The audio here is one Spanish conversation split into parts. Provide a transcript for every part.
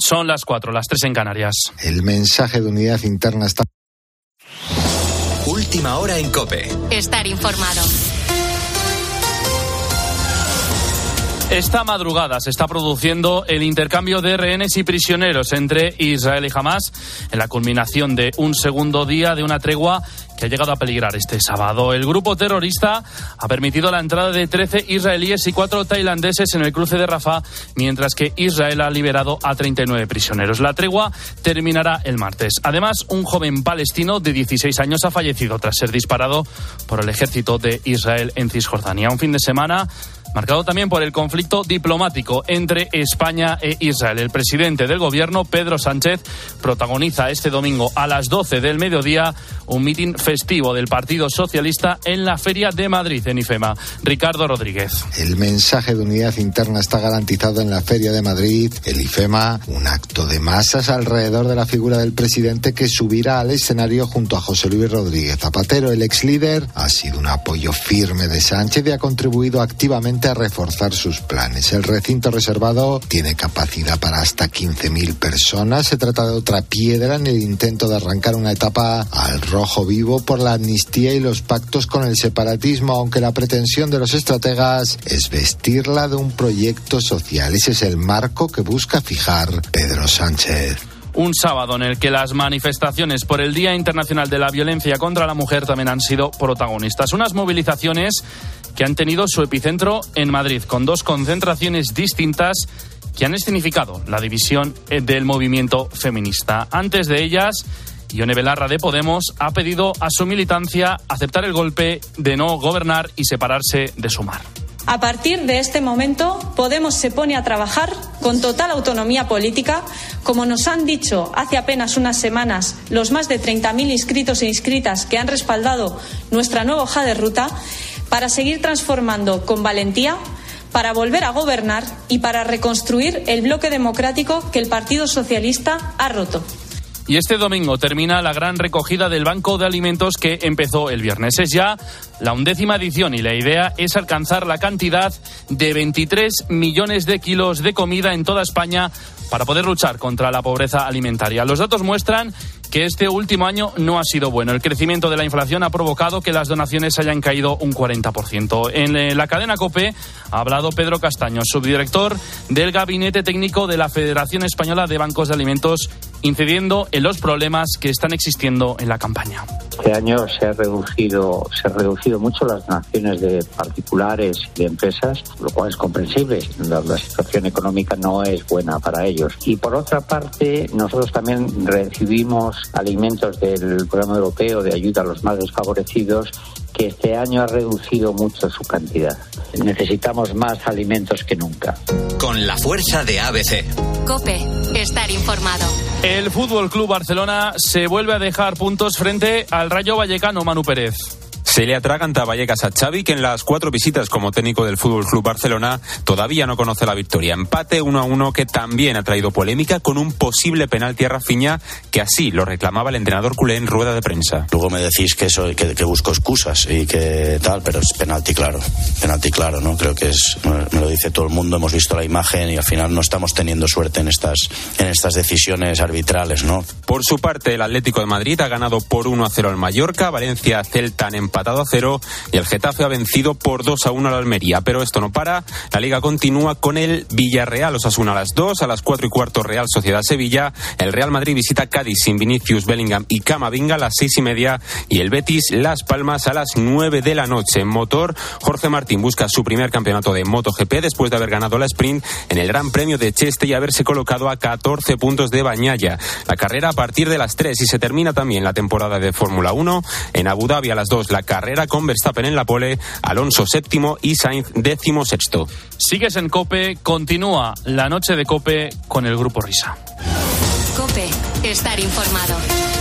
Son las 4, las 3 en Canarias. El mensaje de unidad interna está... Última hora en COPE. Estar informado. Esta madrugada se está produciendo el intercambio de rehenes y prisioneros entre Israel y Hamás en la culminación de un segundo día de una tregua que ha llegado a peligrar este sábado. El grupo terrorista ha permitido la entrada de 13 israelíes y 4 tailandeses en el cruce de Rafah, mientras que Israel ha liberado a 39 prisioneros. La tregua terminará el martes. Además, un joven palestino de 16 años ha fallecido tras ser disparado por el ejército de Israel en Cisjordania. Un fin de semana marcado también por el conflicto diplomático entre España e Israel. El presidente del gobierno, Pedro Sánchez, protagoniza este domingo a las 12 del mediodía un mitin festivo del Partido Socialista en la Feria de Madrid, en IFEMA. Ricardo Rodríguez. El mensaje de unidad interna está garantizado en la Feria de Madrid, el IFEMA, un acto de masas alrededor de la figura del presidente que subirá al escenario junto a José Luis Rodríguez Zapatero. El exlíder ha sido un apoyo firme de Sánchez y ha contribuido activamente a reforzar sus planes. El recinto reservado tiene capacidad para hasta 15.000 personas. Se trata de otra piedra en el intento de arrancar una etapa al rojo vivo por la amnistía y los pactos con el separatismo, aunque la pretensión de los estrategas es vestirla de un proyecto social. Ese es el marco que busca fijar Pedro Sánchez. Un sábado en el que las manifestaciones por el Día Internacional de la Violencia contra la Mujer también han sido protagonistas. Unas movilizaciones que han tenido su epicentro en Madrid, con 2 concentraciones distintas que han escenificado la división del movimiento feminista. Antes de ellas, Ione Belarra de Podemos ha pedido a su militancia aceptar el golpe de no gobernar y separarse de Sumar. A partir de este momento, Podemos se pone a trabajar con total autonomía política, como nos han dicho hace apenas unas semanas los más de 30.000 inscritos e inscritas que han respaldado nuestra nueva hoja de ruta, para seguir transformando con valentía, para volver a gobernar y para reconstruir el bloque democrático que el Partido Socialista ha roto. Y este domingo termina la gran recogida del Banco de Alimentos que empezó el viernes. Es ya la 11ª edición y la idea es alcanzar la cantidad de 23 millones de kilos de comida en toda España para poder luchar contra la pobreza alimentaria. Los datos muestran que este último año no ha sido bueno. El crecimiento de la inflación ha provocado que las donaciones hayan caído un 40%. En la cadena COPE ha hablado Pedro Castaño, subdirector del Gabinete Técnico de la Federación Española de Bancos de Alimentos, incidiendo en los problemas que están existiendo en la campaña. Este año se ha reducido mucho las donaciones de particulares y de empresas, lo cual es comprensible. La situación económica no es buena para ellos. Y por otra parte, nosotros también recibimos alimentos del Programa Europeo de Ayuda a los Más Desfavorecidos, que este año ha reducido mucho su cantidad. Necesitamos más alimentos que nunca. Con la fuerza de ABC. COPE. Estar informado. El Fútbol Club Barcelona se vuelve a dejar puntos frente al Rayo Vallecano, Manu Pérez. Se le atraganta a Vallecas a Xavi, que en las 4 visitas como técnico del Fútbol Club Barcelona todavía no conoce la victoria. Empate 1-1 que también ha traído polémica con un posible penalti a Rafinha, que así lo reclamaba el entrenador culé en rueda de prensa. Luego me decís que busco excusas y que tal, pero es penalti claro, ¿no? Creo que me lo dice todo el mundo, hemos visto la imagen y al final no estamos teniendo suerte en estas decisiones arbitrales, ¿no? Por su parte, el Atlético de Madrid ha ganado por 1-0 al Mallorca, Valencia-Celta han empatado a 0 y el Getafe ha vencido por 2-1 al Almería. Pero esto no para, la Liga continúa con el Villarreal Osasuna a las 2, a las 4:15 Real Sociedad Sevilla, el Real Madrid visita Cádiz sin Vinicius, Bellingham y Camavinga a las 6:30 y el Betis Las Palmas a las 9 de la noche. En motor, Jorge Martín busca su primer campeonato de MotoGP después de haber ganado la sprint en el Gran Premio de Cheste y haberse colocado a 14 puntos de Bañaya. La carrera a partir de las 3 y se termina también la temporada de Fórmula 1. En Abu Dhabi a las 2 la carrera con Verstappen en la pole, Alonso 7º y Sainz 16º. Sigues en COPE, continúa la noche de COPE con el Grupo Risa. COPE. Estar informado.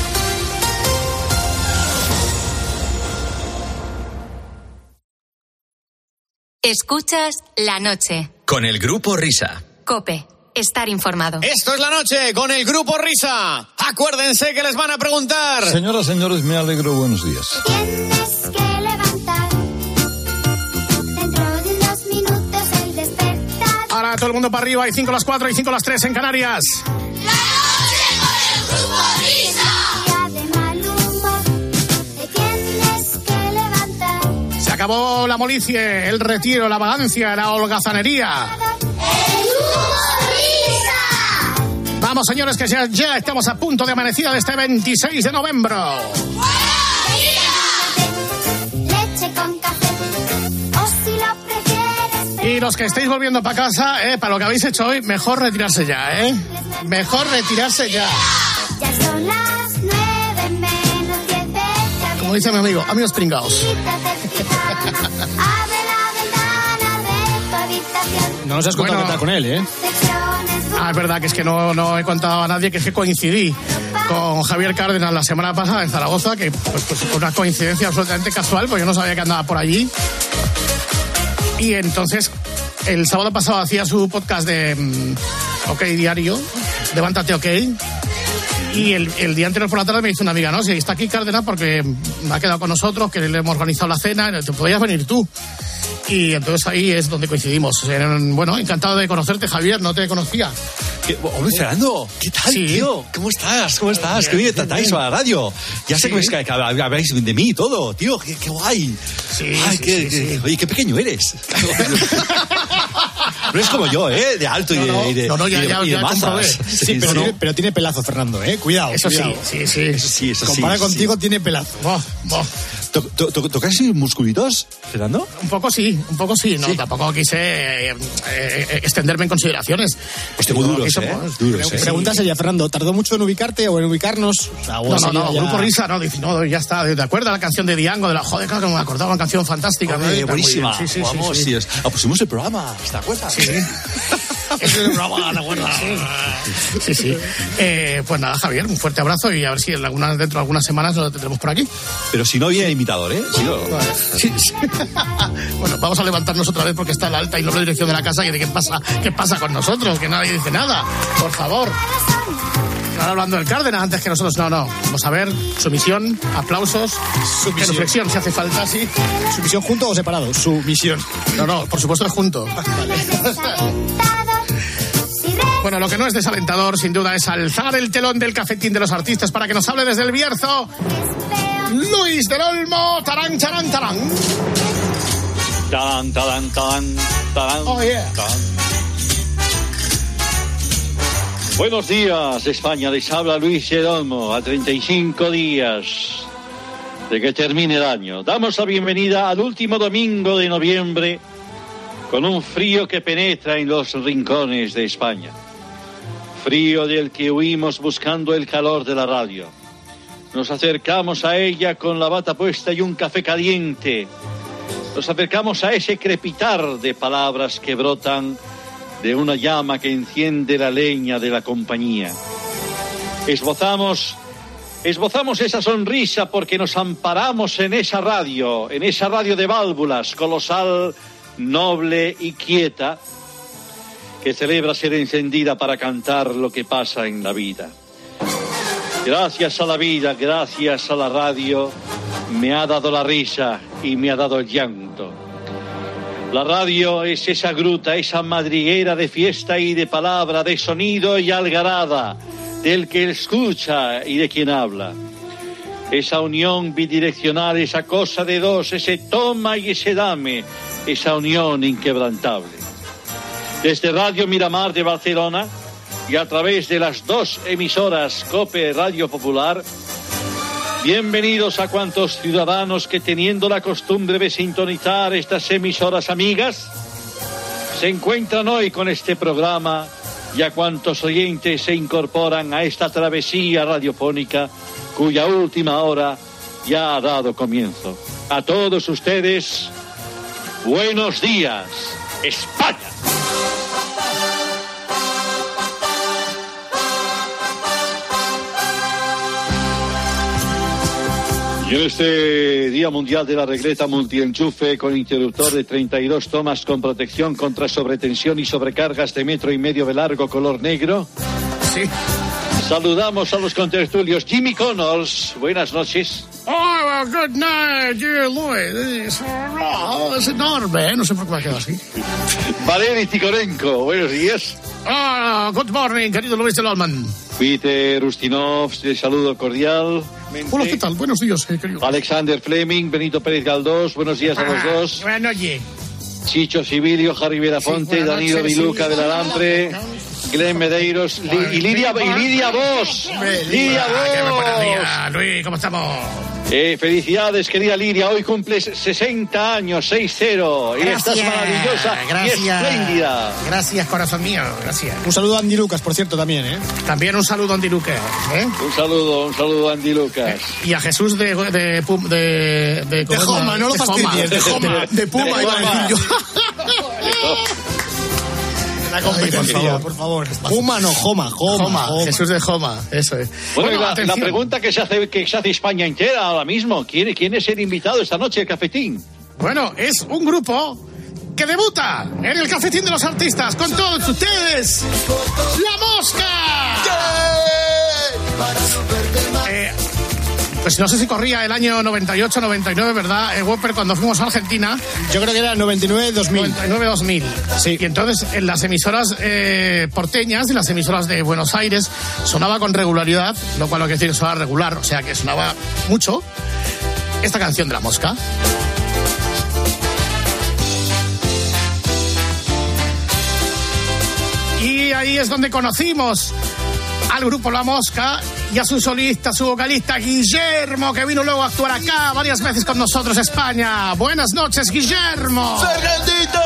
Escuchas La Noche. Con el Grupo Risa. COPE. Estar informado. Esto es La Noche con el Grupo Risa. Acuérdense que les van a preguntar. Señoras, señores, me alegro. Buenos días. Tienes que levantar dentro de unos minutos el despertador. Ahora todo el mundo para arriba. Y 5 las 4 y 5 las 3 en Canarias. La noche con el Grupo Risa. Se acabó la molicie, el retiro, la vagancia, la holgazanería. Vamos, señores, que ya estamos a punto de amanecida de este 26 de noviembre. Leche con café, o si lo prefieres. Y los que estéis volviendo para casa, para lo que habéis hecho hoy, mejor retirarse ya, Mejor retirarse ya. Ya son las 9 menos 10 veces. Como dice mi amigo, amigos pringaos. Abre la ventana de tu habitación. No nos has contado qué tal con él, es verdad que es que no he contado a nadie, que es que coincidí con Javier Cárdenas la semana pasada en Zaragoza, que pues una coincidencia absolutamente casual, porque yo no sabía que andaba por allí. Y entonces, el sábado pasado hacía su podcast de OK Diario, Levántate OK. Y el día anterior por la tarde me dice una amiga, no, si está aquí Cárdenas porque me ha quedado con nosotros, que le hemos organizado la cena, te podías venir tú. Y entonces ahí es donde coincidimos. Bueno, encantado de conocerte, Javier, no te conocía. Hombre, Fernando, ¿qué tal, tío? ¿Cómo estás? Qué bien tratáis a la radio. Ya sé que habláis de mí y todo, tío. Qué guay. Sí, Oye, qué pequeño eres. No es como yo, de alto y de mazas. Sí, pero tiene pelazo, Fernando, Cuidado. Eso cuidado. Sí. Compara contigo, tiene pelazo. ¿Tocáis musculitos, Fernando? Un poco sí. No, tampoco quise extenderme en consideraciones. Pues tengo duros, Pregunta sería, Fernando, ¿tardó mucho en ubicarte o en ubicarnos? No, Grupo Risa, no, ya está. ¿Te acuerdas la canción de Diango? De la joder, claro que me acordaba, una canción fantástica. Buenísima. Sí. Pusimos el programa, ¿te acuerdas? Sí. Sí. Pues nada, Javier, un fuerte abrazo y a ver si dentro de algunas semanas lo tendremos por aquí. Pero si no viene imitador, Si no... Sí. Bueno, vamos a levantarnos otra vez porque está en la alta y noble dirección de la casa y de qué pasa con nosotros, que nadie dice nada. Por favor. Ahora hablando del Cárdenas antes que nosotros, no. Vamos a ver, sumisión, aplausos, reflexión si hace falta, sí. ¿Sumisión junto o separado? Sumisión. No, por supuesto es junto. Vale. Bueno, lo que no es desalentador, sin duda, es alzar el telón del cafetín de los artistas para que nos hable desde el Bierzo Luis del Olmo. Tarán. Oh, yeah. Buenos días, España. Les habla Luis del Olmo a 35 días de que termine el año. Damos la bienvenida al último domingo de noviembre con un frío que penetra en los rincones de España. Frío del que huimos buscando el calor de la radio. Nos acercamos a ella con la bata puesta y un café caliente. Nos acercamos a ese crepitar de palabras que brotan de una llama que enciende la leña de la compañía. Esbozamos esa sonrisa porque nos amparamos en esa radio de válvulas, colosal, noble y quieta, que celebra ser encendida para cantar lo que pasa en la vida. Gracias a la vida, gracias a la radio, me ha dado la risa y me ha dado el llanto. La radio es esa gruta, esa madriguera de fiesta y de palabra, de sonido y algarada, del que escucha y de quien habla. Esa unión bidireccional, esa cosa de dos, ese toma y ese dame, esa unión inquebrantable. Desde Radio Miramar de Barcelona y a través de las dos emisoras COPE Radio Popular, bienvenidos a cuantos ciudadanos que, teniendo la costumbre de sintonizar estas emisoras amigas, se encuentran hoy con este programa, y a cuantos oyentes se incorporan a esta travesía radiofónica cuya última hora ya ha dado comienzo. A todos ustedes, buenos días, España. Y en este Día Mundial de la Regleta Multienchufe con interruptor de 32 tomas con protección contra sobretensión y sobrecargas de 1,5 metros de largo color negro. Sí. Saludamos a los contertulios. Jimmy Connors, buenas noches. Oh, good night, dear Louis. Es enorme, no sé por qué me ha quedado así. Valery Tikorenko, buenos días. Good morning, querido Luis del Alman. Peter Ustinov, saludo cordial. Hola, ¿qué tal? Buenos días, querido. Alexander Fleming, Benito Pérez Galdós, buenos días a los dos. Buenas noches. Chicho Sibilio, Harry Belafonte, Danilo Viluca del Alambre, Glenn Medeiros y Lidia Vos. Lidia Vos. Luis, ¿cómo estamos? Felicidades, querida Lidia. Hoy cumples 60 años, 6-0. Y estás maravillosa y espléndida. Gracias, corazón mío. Gracias. Un saludo a Andy Lucas, por cierto, también, ¿eh? También un saludo a Andy Lucas, ¿eh? Un saludo a Andy Lucas. Y a Jesús de Joma, no lo fastidies. De Puma, iba a decir yo. La competencia, por favor. Puma no, Joma. Jesús de Joma, eso es. Bueno, la pregunta que se hace España entera ahora mismo, ¿quién es el invitado esta noche, el cafetín? Bueno, es un grupo que debuta en el Cafetín de los Artistas con todos ustedes, La Mosca. Pues no sé si corría el año 98, 99, ¿verdad? Whopper, cuando fuimos a Argentina. Yo creo que era 99-2000. 99-2000. Sí. Y entonces en las emisoras porteñas y las emisoras de Buenos Aires sonaba con regularidad, lo cual no quiere decir que sonaba regular, o sea que sonaba mucho, esta canción de La Mosca. Y ahí es donde conocimos al grupo La Mosca y a su solista, su vocalista Guillermo, que vino luego a actuar acá varias veces con nosotros a España. Buenas noches, Guillermo. Fernandito,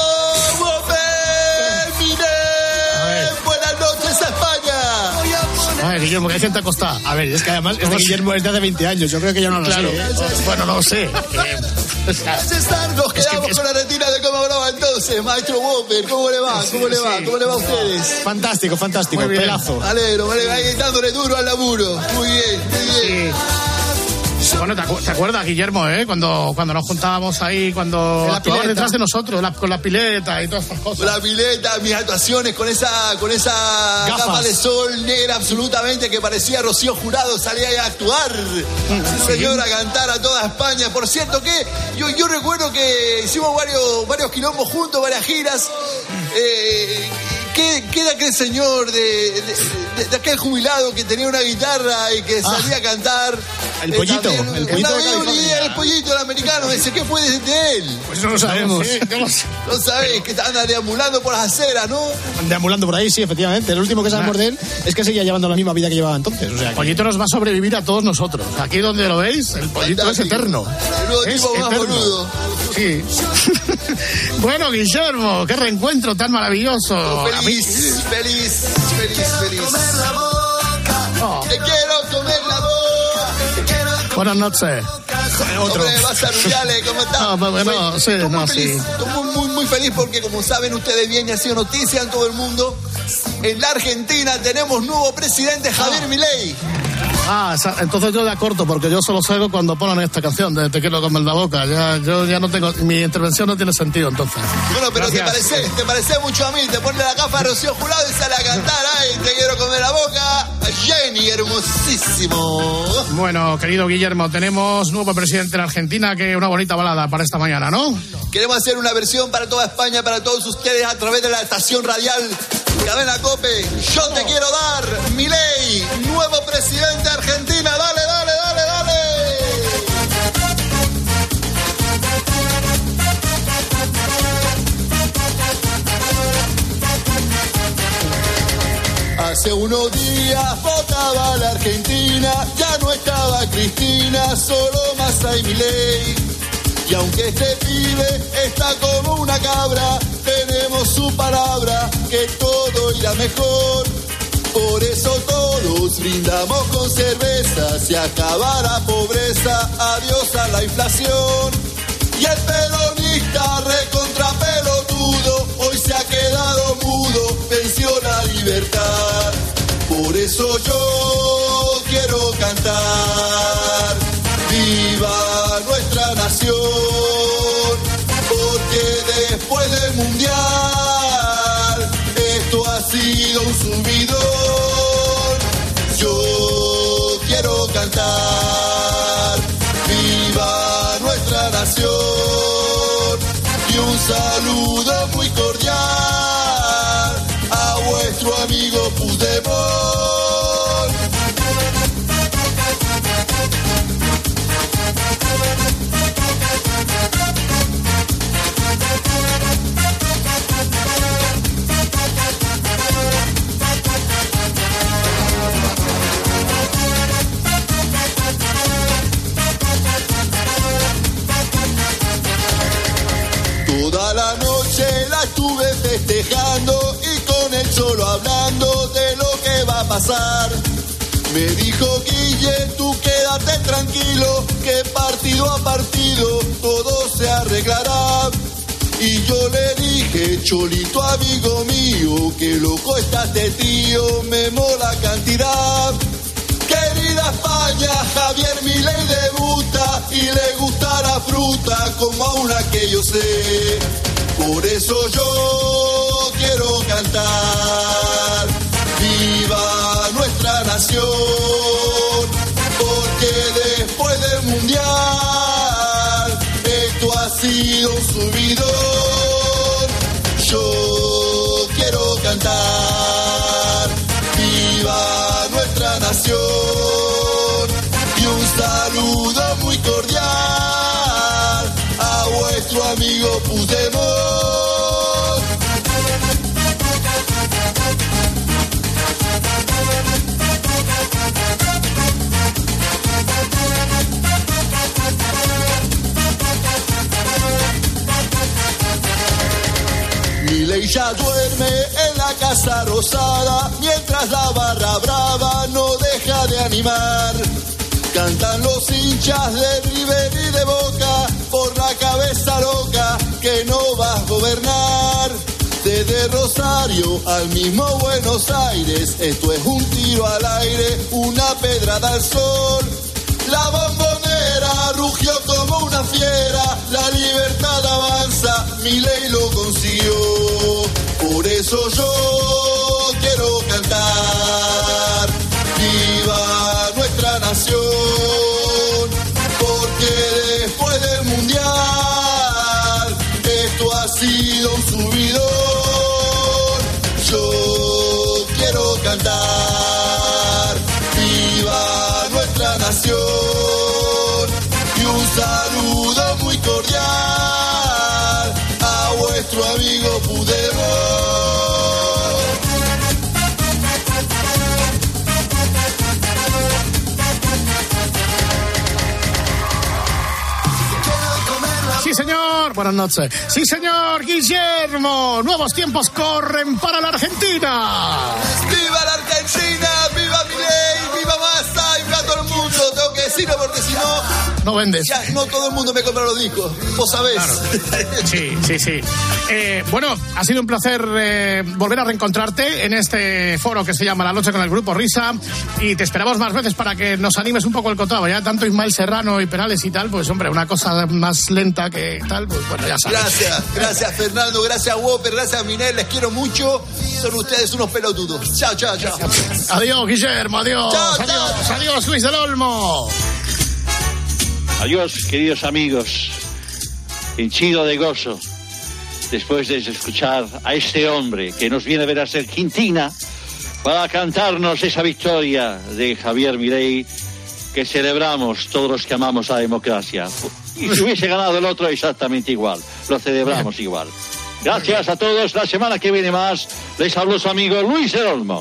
mire, buenas noches a España. Ay, Guillermo, que hay gente acostada. A ver, es que además este Guillermo es de hace 20 años, yo creo que ya no lo sé. Bueno, no lo sé. Nos quedamos con la retina de cómo hablaba entonces, maestro Whopper. ¿Cómo le va? ¿Cómo le va? ¿Cómo le va a ustedes? Fantástico, pelazo. Alegro, ahí dándole duro al laburo. Muy bien. Sí. Bueno, ¿te acuerdas, Guillermo, cuando nos juntábamos ahí, cuando actuabas detrás de nosotros, con la pileta y todas estas cosas? La pileta, mis actuaciones con esa capa de sol negra absolutamente que parecía Rocío Jurado, salía a actuar. Sí, señor, a cantar a toda España. Por cierto que yo recuerdo que hicimos varios quilombos juntos, varias giras. ¿Qué de aquel señor, de aquel jubilado que tenía una guitarra y que salía a cantar? El pollito. El pollito, el americano. Dice, ¿qué fue de él? Pues no lo sabemos. No sabéis, que anda deambulando por las aceras, ¿no? Deambulando por ahí, sí, efectivamente. Lo último que sabemos de él es que seguía llevando la misma vida que llevaba entonces. O sea, el pollito nos va a sobrevivir a todos nosotros. Aquí donde lo veis, el pollito fantástico. Es eterno. El tipo más boludo. Sí. Bueno, Guillermo, qué reencuentro tan maravilloso. Feliz. Oh. Te quiero comer la boca. Buenas noches. Otro. Hombre, Baza Rubiales, ¿cómo estás? Estoy muy feliz porque, como saben ustedes bien, y ha sido noticia en todo el mundo, en la Argentina tenemos nuevo presidente, Javier Milei. Entonces yo ya corto, porque yo solo salgo cuando ponen esta canción de Te quiero comer la boca. Yo ya no tengo, mi intervención no tiene sentido entonces. Bueno, pero te parece mucho a mí, te pones la gafa de Rocío Jurado y sale a cantar, ay, te quiero comer la boca. Jenny, hermosísimo. Bueno, querido Guillermo, tenemos nuevo presidente en Argentina, que una bonita balada para esta mañana, ¿no? Queremos hacer una versión para toda España, para todos ustedes, a través de la estación radial Cadena Cope. Yo te quiero dar, Milei, nuevo presidente de Argentina. Dale. Hace unos días votaba la Argentina, ya no estaba Cristina, solo Massa y Milei. Y aunque este pibe está como una cabra, tenemos su palabra que todo irá mejor. Por eso todos brindamos con cerveza, se acaba la pobreza, adiós a la inflación. Y el peronista recontra pelotudo, hoy se ha quedado mudo, venció la libertad. Por eso yo quiero cantar, viva nuestra nación, porque después del mundial, esto ha sido un subidón. Yo quiero cantar, pasar. Me dijo Guille, tú quédate tranquilo, que partido a partido todo se arreglará. Y yo le dije, Cholito amigo mío, que loco está este tío, me mola cantidad. Querida España, Javier Milei debuta y le gusta la fruta como a una que yo sé. Por eso yo quiero cantar, viva nuestra nación, porque después del mundial esto ha sido un subidón. Yo quiero cantar, viva nuestra nación, y un saludo muy cordial a vuestro amigo Puigdemont. Milei ya duerme en la Casa Rosada, mientras la barra brava no deja de animar. Cantan los hinchas de River y de Boca, por la cabeza loca que no vas a gobernar. Desde Rosario al mismo Buenos Aires, esto es un tiro al aire, una pedrada al sol. La Bombonera rugió como una fiera, la libertad avanza, Milei lo consiguió. Por eso yo quiero cantar, viva nuestra nación, porque después del mundial esto ha sido un subidón. Yo quiero cantar, viva nuestra nación, y un saludo muy cordial a vuestro amigo Puigdemont. Sí, señor. Buenas noches. Sí, señor Guillermo. Nuevos tiempos corren para la Argentina. ¡Viva la Argentina! ¡Viva Milei! ¡Viva Massa! ¡Y viva todo el mundo! Tengo que decirlo porque si no... No vendes. Ya no todo el mundo me compra los discos. Vos sabés. Claro. Sí. Bueno, ha sido un placer volver a reencontrarte en este foro que se llama La Noche con el Grupo Risa, y te esperamos más veces para que nos animes un poco el contado. Ya tanto Ismael Serrano y Perales y tal, pues hombre, una cosa más lenta que tal, pues bueno, ya sabes. Gracias Fernando, gracias Whopper, gracias Minel, les quiero mucho. Son ustedes unos pelotudos. Chao. Adiós, Guillermo, adiós. Chao. Adiós, Luis del Olmo. Adiós, queridos amigos. Hinchido de gozo después de escuchar a este hombre que nos viene a ver a Argentina para cantarnos esa victoria de Javier Milei que celebramos todos los que amamos la democracia. Y si hubiese ganado el otro, exactamente igual. Lo celebramos igual. Gracias a todos. La semana que viene más les habló su amigo Luis del Olmo.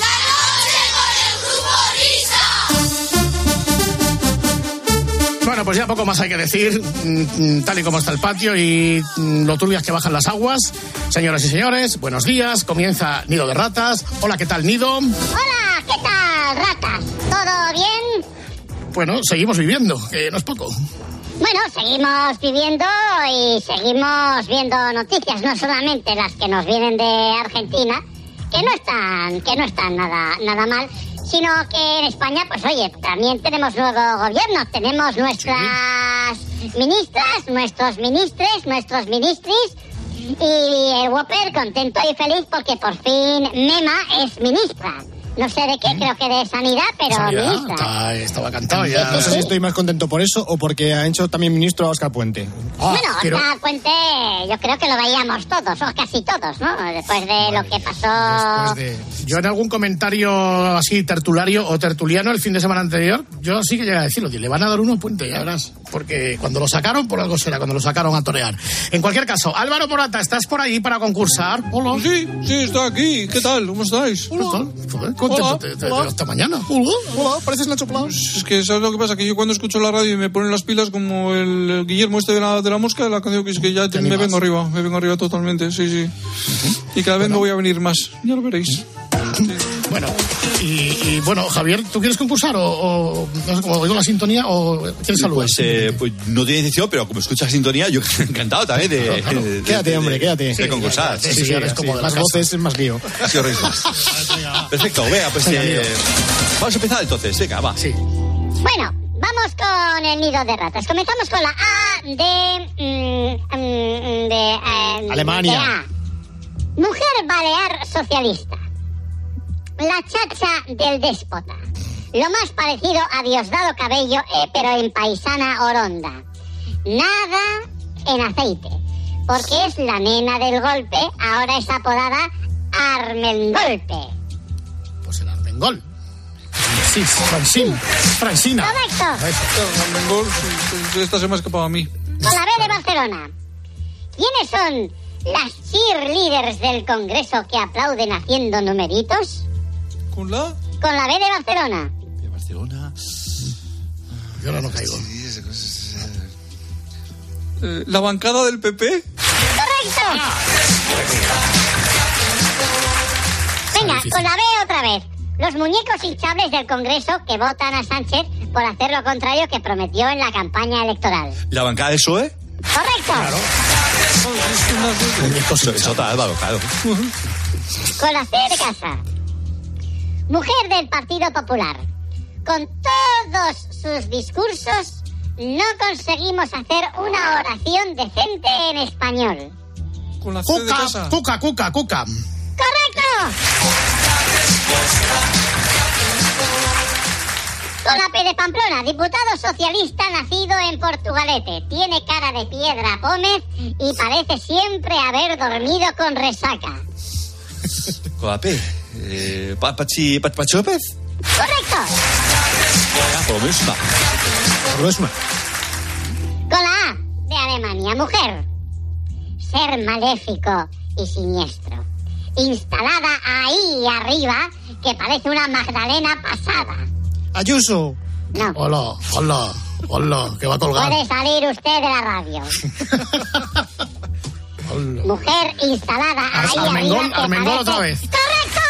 Bueno, pues ya poco más hay que decir, tal y como está el patio y lo turbias que bajan las aguas. Señoras y señores, buenos días. Comienza Nido de Ratas. Hola, ¿qué tal, Nido? Hola, ¿qué tal, ratas? ¿Todo bien? Bueno, seguimos viviendo, que no es poco. Bueno, seguimos viviendo y seguimos viendo noticias, no solamente las que nos vienen de Argentina, que no están nada mal, sino que en España, pues oye, también tenemos nuevo gobierno, tenemos nuestras ministras, nuestros ministres, nuestros ministris, y el Whopper contento y feliz porque por fin Mema es ministra. No sé de qué, creo que de sanidad, pero ministra. Estaba cantado ya. No sé si estoy más contento por eso o porque ha hecho también ministro a Óscar Puente. Bueno, Óscar Puente yo creo que lo veíamos todos, o casi todos, ¿no? Después de lo que pasó... Yo en algún comentario así tertulario o tertuliano el fin de semana anterior, yo sí que llegué a decirlo, le van a dar uno a Puente, ya verás. Porque cuando lo sacaron, por algo será, cuando lo sacaron a torear. En cualquier caso, Álvaro Morata, ¿estás por ahí para concursar? Hola. Sí, estoy aquí. ¿Qué tal? ¿Cómo estáis? Hola. Hola. Hasta mañana. Hola, pareces Nacho Plaus. Es que ¿sabes lo que pasa? Que yo cuando escucho la radio y me ponen las pilas como el Guillermo este de la mosca, la canción que es que ya me vengo arriba totalmente, sí. Y cada vez me voy a venir más, ya lo veréis. Sí. Bueno, y bueno, Javier, ¿tú quieres concursar o no sé, como oigo la sintonía, o quieres saludar? Pues no tiene decisión, pero como escuchas la sintonía, yo encantado también de Quédate, hombre, quédate. De concursar. Sí, ahora es como de las voces, es más lío. Ha sido risas. Perfecto, venga, pues vamos a empezar entonces, venga, va. Sí. Bueno, vamos con el nido de ratas. Comenzamos con la A de Alemania. de A. Mujer balear socialista. La chacha del déspota. Lo más parecido a Diosdado Cabello, pero en paisana oronda. Nada en aceite. Porque es la nena del golpe, ahora es apodada Armengolpe. Pues el Armengol. Sí, Francina. Correcto. Armengol, esta se me ha escapado a mí. Con la B de Barcelona. ¿Quiénes son las cheerleaders del Congreso que aplauden haciendo numeritos? ¿Con la? Con la B de Barcelona. De Barcelona. Yo ahora no caigo. ¿La bancada del PP? ¡Correcto! Venga, con la B otra vez. Los muñecos hinchables del Congreso que votan a Sánchez por hacer lo contrario que prometió en la campaña electoral. ¿La bancada de PSOE? ¡Correcto! Claro. Eso está Álvaro, claro. Con la C de casa. Mujer del Partido Popular. Con todos sus discursos no conseguimos hacer una oración decente en español. Con la C de casa. Cuca. ¡Correcto! Con la P de Pamplona, diputado socialista nacido en Portugalete. Tiene cara de piedra Pómez y parece siempre haber dormido con resaca. Con la P. Pachi López. ¡Correcto! Prosma. Con la A de Alemania, mujer. Ser maléfico y siniestro. Instalada ahí arriba, que parece una Magdalena pasada. Ayuso. No. Hola, que va a colgar. Puede salir usted de la radio. Mujer instalada ahí Armengol, arriba. Armengol otra vez. ¡Correcto!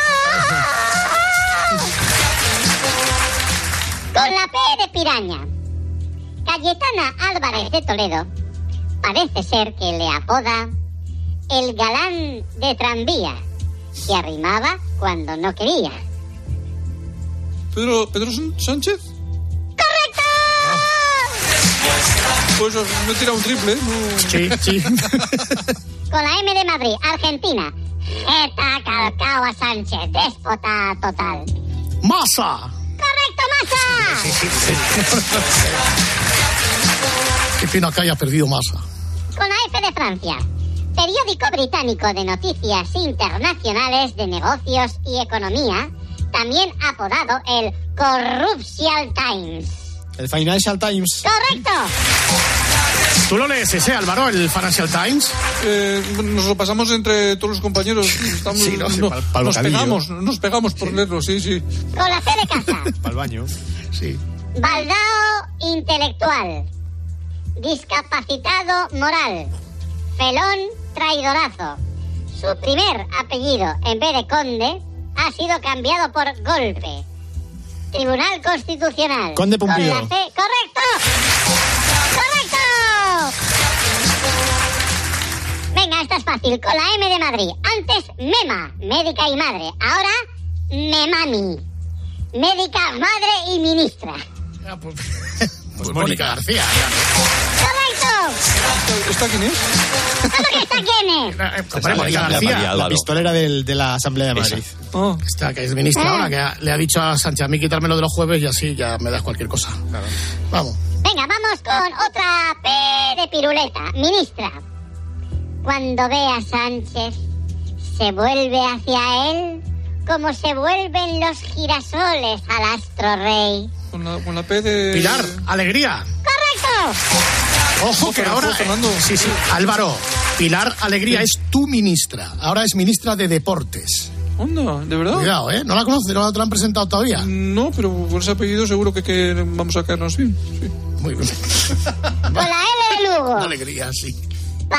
Con la P de piraña. Cayetana Álvarez de Toledo parece ser que le apoda el galán de tranvía, que arrimaba cuando no quería. ¿Pedro Sánchez? ¡Correcto! Pues me he tirado un triple, ¿no? Sí. Con la M de Madrid, Argentina. Eta calcao a Sánchez, déspota total. ¡Masa! ¡Correcto, Masa! Sí. Qué pena que haya perdido Masa. Con la F de Francia. Periódico británico de noticias internacionales de negocios y economía, también apodado el Corruptial Times. El Financial Times. ¡Correcto! ¿Tú lo lees ese, Álvaro, el Financial Times? Nos lo pasamos entre todos los compañeros. Estamos, Sí, nos pegamos por leerlo, sí. Con la C de casa. Para el baño. Sí. Baldao intelectual. Discapacitado moral. Felón traidorazo. Su primer apellido, en vez de Conde, ha sido cambiado por Golpe. Tribunal Constitucional. Conde Pumpido. Con la C. ¡Correcto! Venga, esta es fácil. Con la M de Madrid. Antes Mema, médica y madre. Ahora Memami, médica, madre y ministra. Pues Mónica García. ¡Correcto! ¿Esta quién es? ¿Cómo que esta quién es? Mónica García, La pistolera de la Asamblea de Madrid. Oh. Esta que es ministra ahora, que le ha dicho a Sánchez, a mí quitármelo de los jueves y así ya me das cualquier cosa. Claro. Vamos. Venga, vamos con otra P de piruleta. Ministra. Cuando ve a Sánchez, se vuelve hacia él como se vuelven los girasoles al astro rey. Con la P de... Pilar, alegría. ¡Correcto! Ojo que ahora... Sí, Álvaro, Pilar Alegría es tu ministra. Ahora es ministra de Deportes. Onda, ¿de verdad? Cuidado, ¿eh? ¿No la conoces? ¿No te la han presentado todavía? No, pero con ese apellido seguro que vamos a caernos bien. Sí. Muy bien. Con la L de Lugo. Alegría, sí.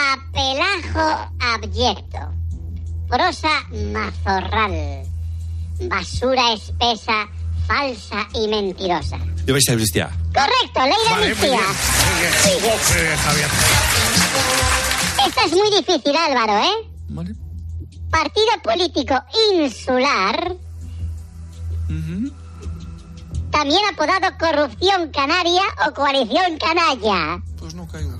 Papelajo abyecto. Prosa mazorral. basura espesa, falsa y mentirosa. Yo vais a amnistía. Correcto, ley de amnistía. Muy bien, Javier. Esta es muy difícil, Álvaro, ¿eh? Vale. Partido político insular, también apodado Corrupción Canaria o Coalición Canalla. Pues no caigo.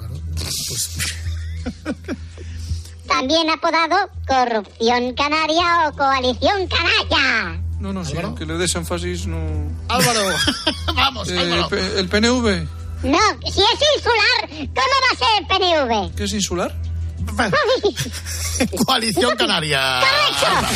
También apodado Corrupción Canaria o Coalición Canalla. No, sí, aunque le des énfasis, no... Álvaro, vamos, Álvaro. ¿El PNV? No, si es insular, ¿cómo va a ser el PNV? ¿Qué es insular? Coalición Canaria. ¡Correcto!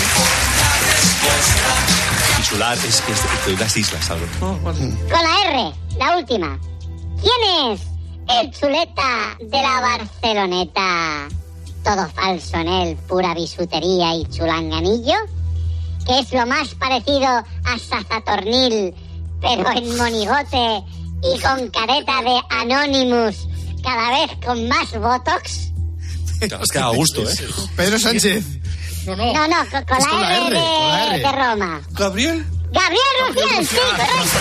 Insular es de las islas, ¿sabes? Vale. Con la R, la última. ¿Quién es el chuleta de la Barceloneta? Todo falso en él, pura bisutería y chulanganillo. Que es lo más parecido a Sazatornil, pero en monigote y con careta de Anonymous, cada vez con más botox. Has quedado a gusto, ¿eh? Pedro Sánchez. No, con la R de Roma. ¿Gabriel? Gabriel Rufián, sí, correcto.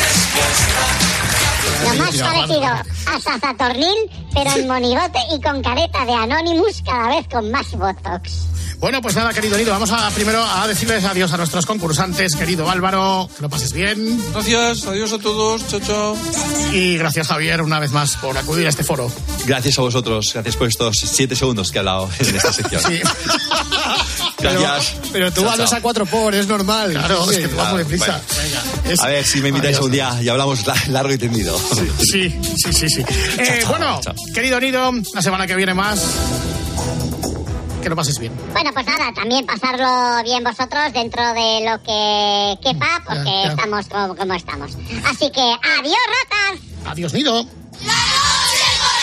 Lo más parecido a Sazatornil, pero en monigote y con careta de Anonymous, cada vez con más botox. Bueno, pues nada, querido Nido, vamos primero a decirles adiós a nuestros concursantes. Querido Álvaro, que lo pases bien. Gracias, adiós a todos, chao. Y gracias, Javier, una vez más por acudir a este foro. Gracias a vosotros, gracias por estos 7 segundos que he hablado en esta sección. Sí. Gracias. Pero tú hablas a 4 por, es normal. Claro, sí, es que tú vas muy deprisa. Venga. A ver si me invitáis un día y hablamos largo y tendido. Sí. Bueno, chao. querido Nido, la semana que viene más. Que lo pases bien. Bueno, pues nada, también pasarlo bien vosotros dentro de lo que quepa, porque Ya. estamos como estamos. Así que, adiós, ratas. Adiós, Nido. La noche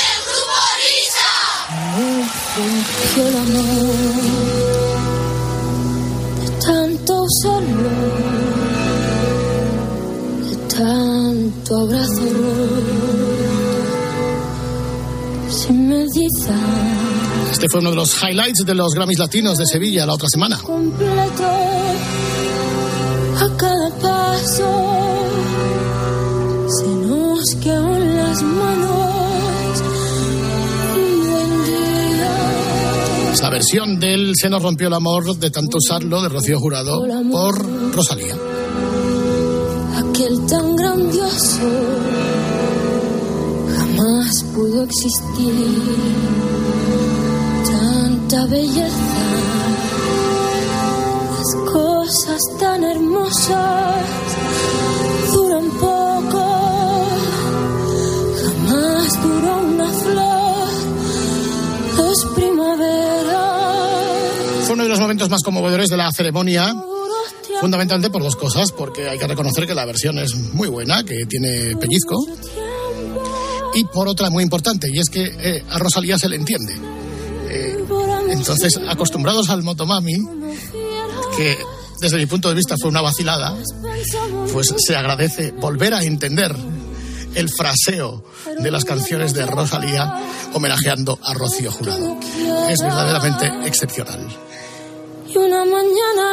con el grupo Risa. Rompió el amor de tanto usarlo, de tanto abrazo sin medida. Este fue uno de los highlights de los Grammys Latinos de Sevilla la otra semana. Completo a cada paso se nos quedan las manos. Buen día. Es la versión del Se nos rompió el amor de tanto usarlo de Rocío Jurado por Rosalía. Aquel tan grandioso jamás pudo existir. Tanta belleza, las cosas tan hermosas duran poco. Jamás duró una flor, 2 primaveras. Fue uno de los momentos más conmovedores de la ceremonia, fundamentalmente por 2 cosas, porque hay que reconocer que la versión es muy buena, que tiene pellizco, y por otra muy importante, y es que a Rosalía se le entiende. Entonces, acostumbrados al Motomami, que desde mi punto de vista fue una vacilada, pues se agradece volver a entender el fraseo de las canciones de Rosalía homenajeando a Rocío Jurado. Es verdaderamente excepcional. Y una mañana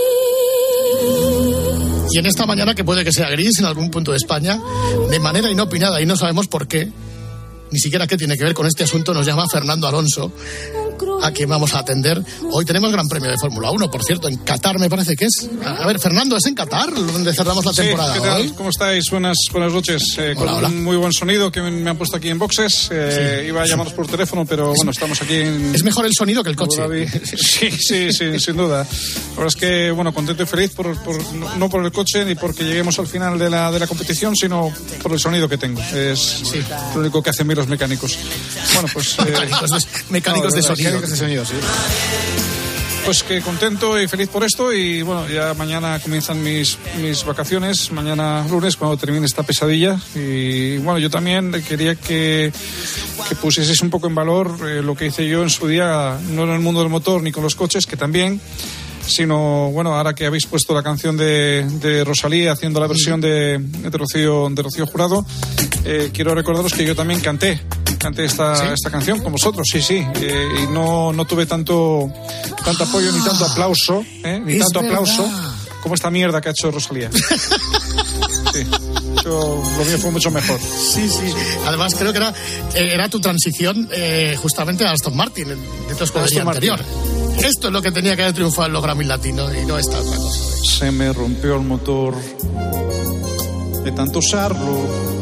gris. Y en esta mañana, que puede que sea gris en algún punto de España, de manera inopinada, y no sabemos por qué, ni siquiera qué tiene que ver con este asunto, nos llama Fernando Alonso, a quien vamos a atender. Hoy tenemos Gran Premio de Fórmula 1, por cierto, en Qatar me parece que es. A ver, Fernando, ¿es en Qatar donde cerramos la temporada? ¿Qué tal? Hoy? ¿Cómo estáis? Buenas noches. Con un muy buen sonido que me han puesto aquí en boxes. Iba a llamaros por teléfono, pero bueno, estamos aquí en... Es mejor el sonido que el coche. Sí, sin duda. La verdad es que, bueno, contento y feliz no por el coche ni porque lleguemos al final de la competición, sino por el sonido que tengo. Es lo único que hacen bien los mecánicos. Bueno, pues... mecánicos de sonido. Sí. Pues que contento y feliz por esto, y bueno, ya mañana comienzan mis vacaciones, mañana lunes, cuando termine esta pesadilla. Y bueno, yo también quería que pusieseis un poco en valor lo que hice yo en su día, no en el mundo del motor ni con los coches, que también, sino bueno, ahora que habéis puesto la canción de Rosalía haciendo la versión de Rocío Jurado, quiero recordaros que yo también canté esta canción con vosotros, sí, y no tuve tanto apoyo ni tanto aplauso, como esta mierda que ha hecho Rosalía. Sí. Lo mío fue mucho mejor. Sí. Además, creo que era tu transición justamente a Aston Martin, de tu escudería anterior. Esto es lo que tenía que haber triunfado en los Grammy Latinos y no esta otra cosa. Se me rompió el motor de tanto usarlo.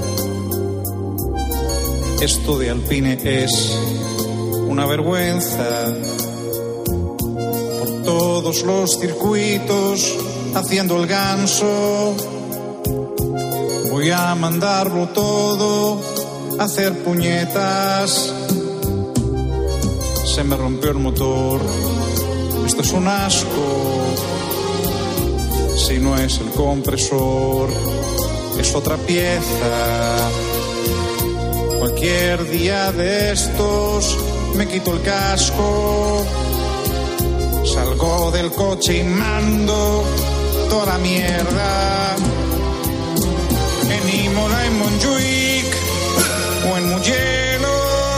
Esto de Alpine es una vergüenza. Por todos los circuitos haciendo el ganso. Voy a mandarlo todo a hacer puñetas. Se me rompió el motor. Esto es un asco. Si no es el compresor, es otra pieza. Cualquier día de estos me quito el casco. Salgo del coche y mando toda la mierda. En Imola, en Montjuic o en Mugello,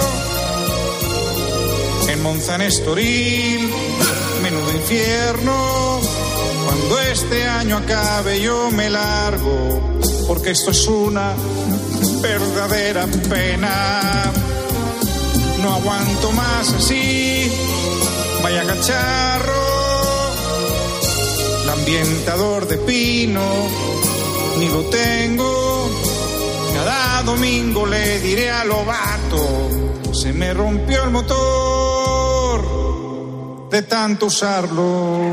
en Monza, en Estoril, menudo infierno. Cuando este año acabe yo me largo, porque esto es una verdadera pena. No aguanto más así, vaya cacharro. El ambientador de pino ni lo tengo. Cada domingo le diré a Lobato, se me rompió el motor de tanto usarlo.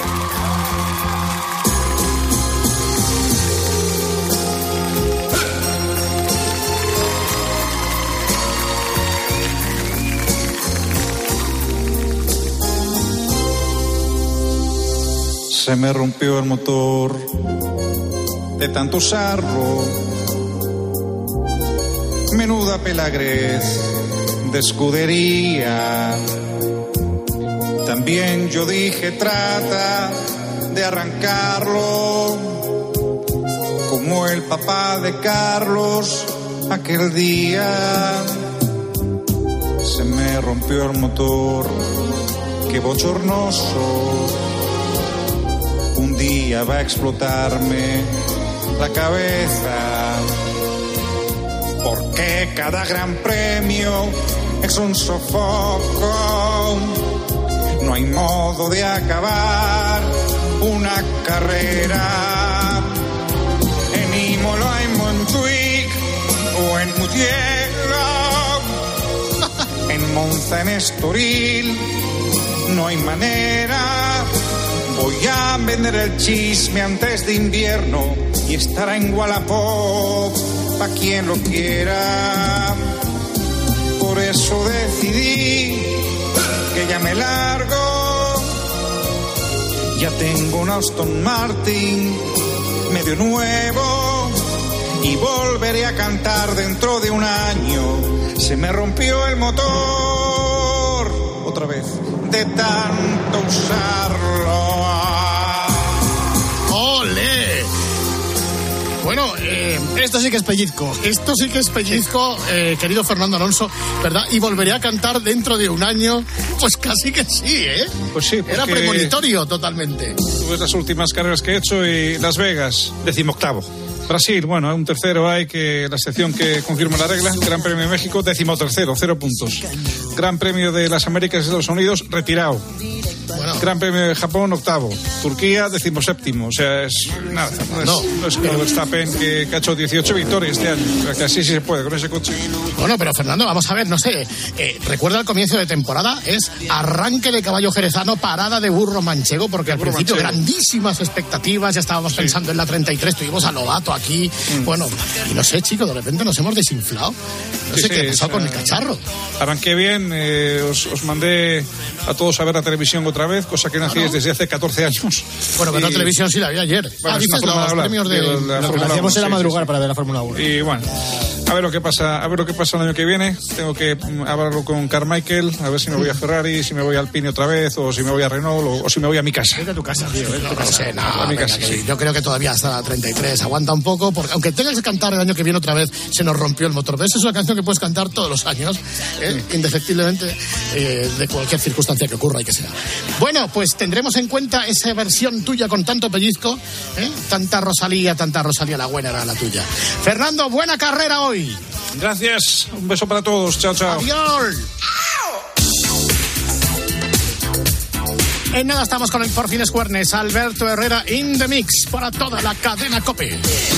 Se me rompió el motor de tanto usarlo. Menuda pelagrez de escudería. También yo dije trata de arrancarlo, como el papá de Carlos aquel día. Se me rompió el motor, qué bochornoso. Un día va a explotarme la cabeza, porque cada gran premio es un sofoco. No hay modo de acabar una carrera. En Imola, en Montjuic o en Mugello, en Monza, en Estoril, no hay manera. Voy a vender el chisme antes de invierno y estará en Wallapop pa' quien lo quiera. Por eso decidí que ya me largo. Ya tengo un Aston Martin medio nuevo y volveré a cantar dentro de un año. Se me rompió el motor otra vez de tanto usarlo. ¡Ole! Bueno, esto sí que es pellizco. Esto sí que es pellizco, querido Fernando Alonso, ¿verdad? Y volveré a cantar dentro de un año. Pues casi que sí, ¿eh? Pues sí, porque era premonitorio totalmente. Tuve las últimas carreras que he hecho y Las Vegas, 18º. Brasil, bueno, un tercero hay, que la excepción que confirma la regla. Gran Premio de México, 13º, 0 puntos. Gran Premio de las Américas y Estados Unidos, retirado. Bueno. Gran Premio de Japón, 8º. Turquía, 17º. O sea, es nada. No es como Verstappen, que ha hecho 18 victorias este año. O sea, que así sí se puede con ese coche. Bueno, pero Fernando, vamos a ver, no sé. Recuerda el comienzo de temporada, es arranque de caballo jerezano, parada de burro manchego, porque al principio grandísimas expectativas, ya estábamos pensando en la 33, tuvimos a Lobato aquí. Bueno, y no sé, chicos, de repente nos hemos desinflado. No sé qué ha pasado con el cacharro. Arranqué bien, os mandé a todos a ver la televisión otra vez, cosa que no hacíais desde hace 14 años. Bueno, pero la televisión sí la vi ayer. Bueno, dices los premios de... Lo que hacíamos era madrugar para ver la Fórmula 1. Y bueno, A ver lo que pasa el año que viene. Tengo que hablarlo con Carmichael, a ver si me voy a Ferrari, si me voy a Alpine otra vez, o si me voy a Renault, o si me voy a mi casa. Vete a tu casa, tío. No sé, a mi casa, sí. Yo creo que todavía hasta 33. Aguanta un poco, porque aunque tengas que cantar el año que viene otra vez, se nos rompió el motor. ¿Ves? Es una canción que puedes cantar todos los años, indefectiblemente, de cualquier circunstancia que ocurra y que sea. Bueno, pues tendremos en cuenta esa versión tuya con tanto pellizco, tanta Rosalía la buena era la tuya. Fernando, buena carrera hoy. Gracias, un beso para todos, chao, chao. Adiós. En nada estamos con el Por Fines Juernes, Alberto Herrera in the mix para toda la cadena COPE.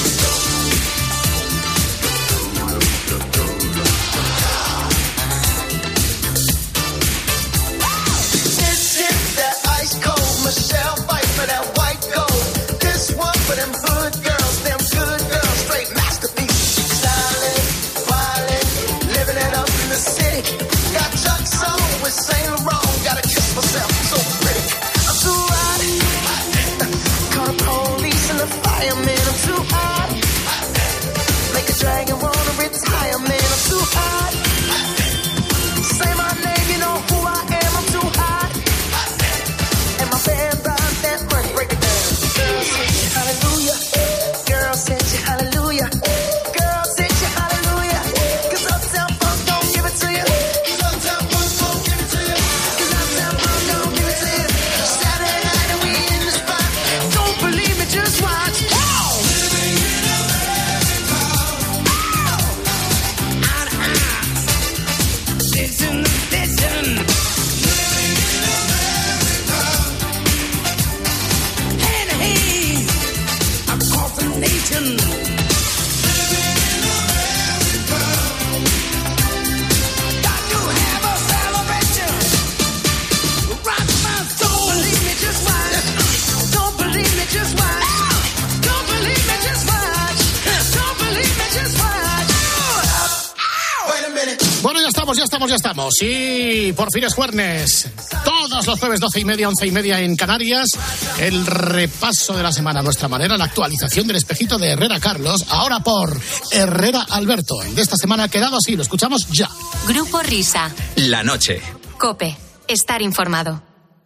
Ya estamos. Y por fin es jueves. Todos los jueves 12:30, 11:30 en Canarias. El repaso de la semana a nuestra manera. La actualización del espejito de Herrera Carlos. Ahora por Herrera Alberto. El de esta semana ha quedado así. Lo escuchamos ya. Grupo Risa. La noche. COPE. Estar informado.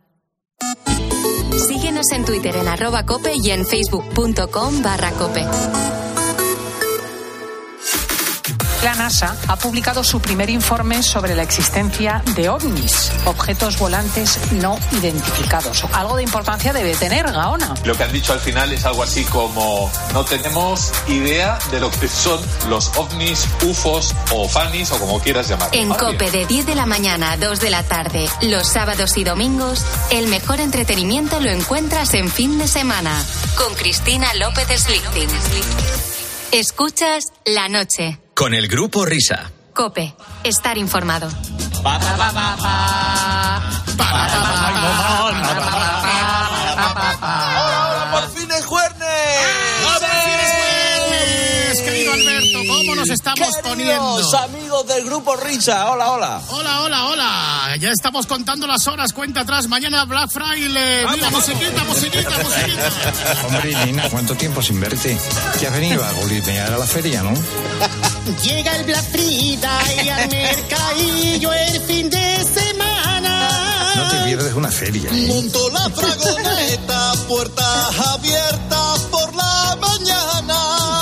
Síguenos en Twitter en @COPE y en facebook.com/COPE. La NASA ha publicado su primer informe sobre la existencia de ovnis, objetos volantes no identificados. Algo de importancia debe tener, Gaona. Lo que han dicho al final es algo así como: no tenemos idea de lo que son los ovnis, UFOs o fanis o como quieras llamarlo. En COPE de 10 de la mañana a 2 de la tarde, los sábados y domingos, el mejor entretenimiento lo encuentras en Fin de Semana con Cristina López Slichting. Escuchas La Noche. Con el Grupo Risa. COPE. Estar informado. ¡Por fin es jueves! Querido Alberto, ¿cómo nos estamos poniendo? Amigos del Grupo Risa, hola, hola. Hola. Ya estamos contando las horas, cuenta atrás. Mañana Black Friday. Mira, musiquita. Hombre, Nina, ¿cuánto tiempo sin verte? ¿Qué has venido a golinear a la feria, no? Llega el Black Friday y al mercadillo el fin de semana. No te pierdes una feria, ¿eh? Monto la fragoneta, puertas abiertas por la mañana.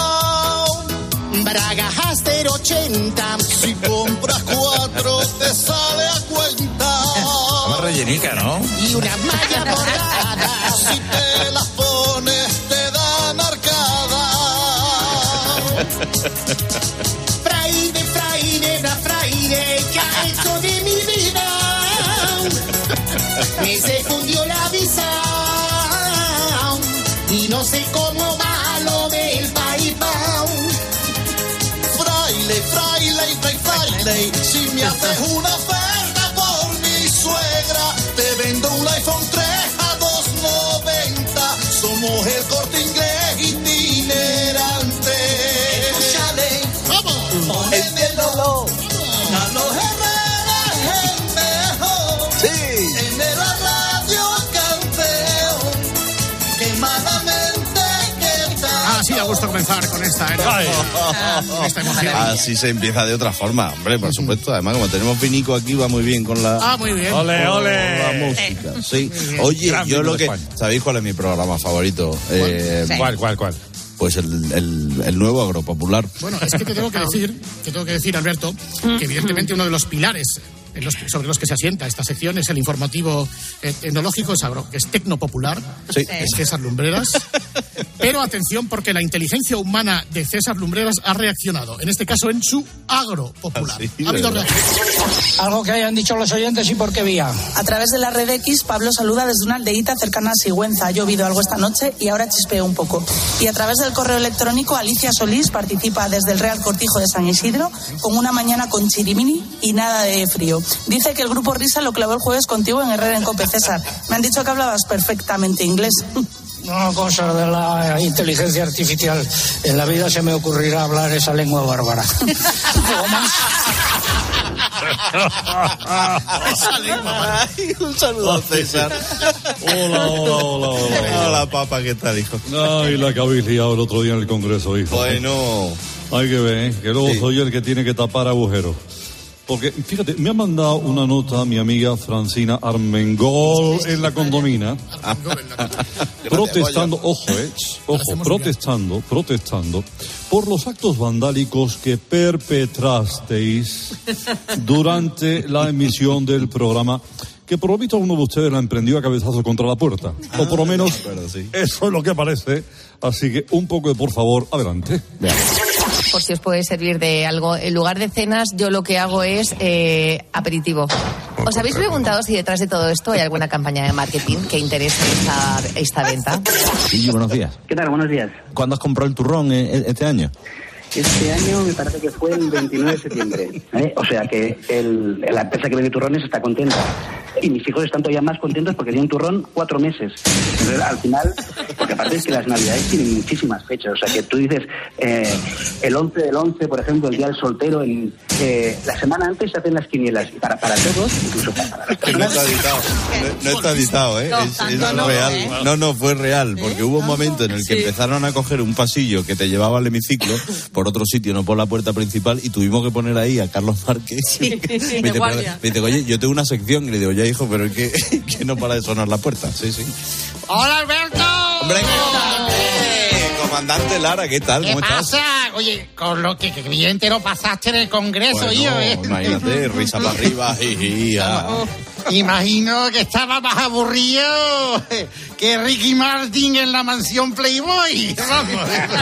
Bragas Aster 80. Si compras 4 te sale a cuenta. Una rellenica, ¿no? Y una malla borrada. Si te las pones te dan arcada. Friday, que ha hecho de mi vida. Me se fundió la visa. Y no sé cómo va lo del PayPal. Friday, si me haces una oferta por mi suegra, te vendo un iPhone 3 a $2.90. Somos el Corte Inglés itinerante. Escúchale, vamos, entiéndelo. Carlos Herrera es el mejor. Sí. En el radio campeón. Quemadamente que tal. Sí, gusto comenzar con esta emoción. Así se empieza de otra forma, hombre, por supuesto. Además, como tenemos vinico aquí, va muy bien con la... muy bien. ¡Ole, ole! Con la música, sí. Oye, yo lo que... ¿Sabéis cuál es mi programa favorito? ¿Cuál? Pues el nuevo Agropopular. Bueno, es que te tengo que decir, Alberto, que evidentemente uno de los pilares sobre los que se asienta esta sección es el informativo etnológico, que es tecnopopular, es César Lumbreras. Pero atención, porque la inteligencia humana de César Lumbreras ha reaccionado, en este caso en su agropopular. Ha habido reacción. Algo que hayan dicho los oyentes y por qué vía. A través de la red X, Pablo saluda desde una aldeíta cercana a Sigüenza. Ha llovido algo esta noche y ahora chispea un poco. Y a través del correo electrónico, Alicia Solís participa desde el Real Cortijo de San Isidro con una mañana con chirimini y nada de frío. Dice que el grupo Risa lo clavó el jueves contigo en Herrera en Cope, César. Me han dicho que hablabas perfectamente inglés. No, cosa de la inteligencia artificial. En la vida se me ocurrirá hablar esa lengua bárbara. Un saludo a César. Hola. Hola, papá, ¿qué tal, hijo? Ay, la que habéis liado el otro día en el Congreso, hijo. Bueno. Hay que ver, que luego soy el que tiene que tapar agujeros. Porque, fíjate, me ha mandado una nota mi amiga Francina Armengol en la condomina, protestando, protestando por los actos vandálicos que perpetrasteis durante la emisión del programa, que por lo visto uno de ustedes la emprendió a cabezazo contra la puerta. O por lo menos, eso es lo que parece. Así que un poco de por favor, adelante. Por si os puede servir de algo. En lugar de cenas, yo lo que hago es aperitivo. ¿Os habéis preguntado si detrás de todo esto hay alguna campaña de marketing que interese esta venta? Sí, buenos días. ¿Qué tal? Buenos días. ¿Cuándo has comprado el turrón este año? Este año me parece que fue el 29 de septiembre. O sea que la empresa que vende turrones está contenta. Y mis hijos están todavía más contentos porque tienen turrón 4 meses. Entonces, al final, porque aparte es que las navidades tienen muchísimas fechas. O sea que tú dices, el 11 del 11, por ejemplo, el día del soltero, la semana antes se hacen las quinielas. Y para todos, incluso para las personas... No está editado, ¿eh? Es real. No, fue real. Porque hubo un momento en el que empezaron a coger un pasillo que te llevaba al hemiciclo por otro sitio, no por la puerta principal, y tuvimos que poner ahí a Carlos Márquez. Me dice, oye, yo tengo una sección, y le digo, ya hijo, pero es que no para de sonar la puerta. Sí. ¡Hola, Alberto! ¡Hombre! Comandante Lara, ¿qué tal? ¿Cómo estás? ¿Qué pasa? Oye, con lo que bien te lo pasaste en el Congreso, imagínate, risa para arriba, Imagino que estaba más aburrido que Ricky Martin en la mansión Playboy. Vamos,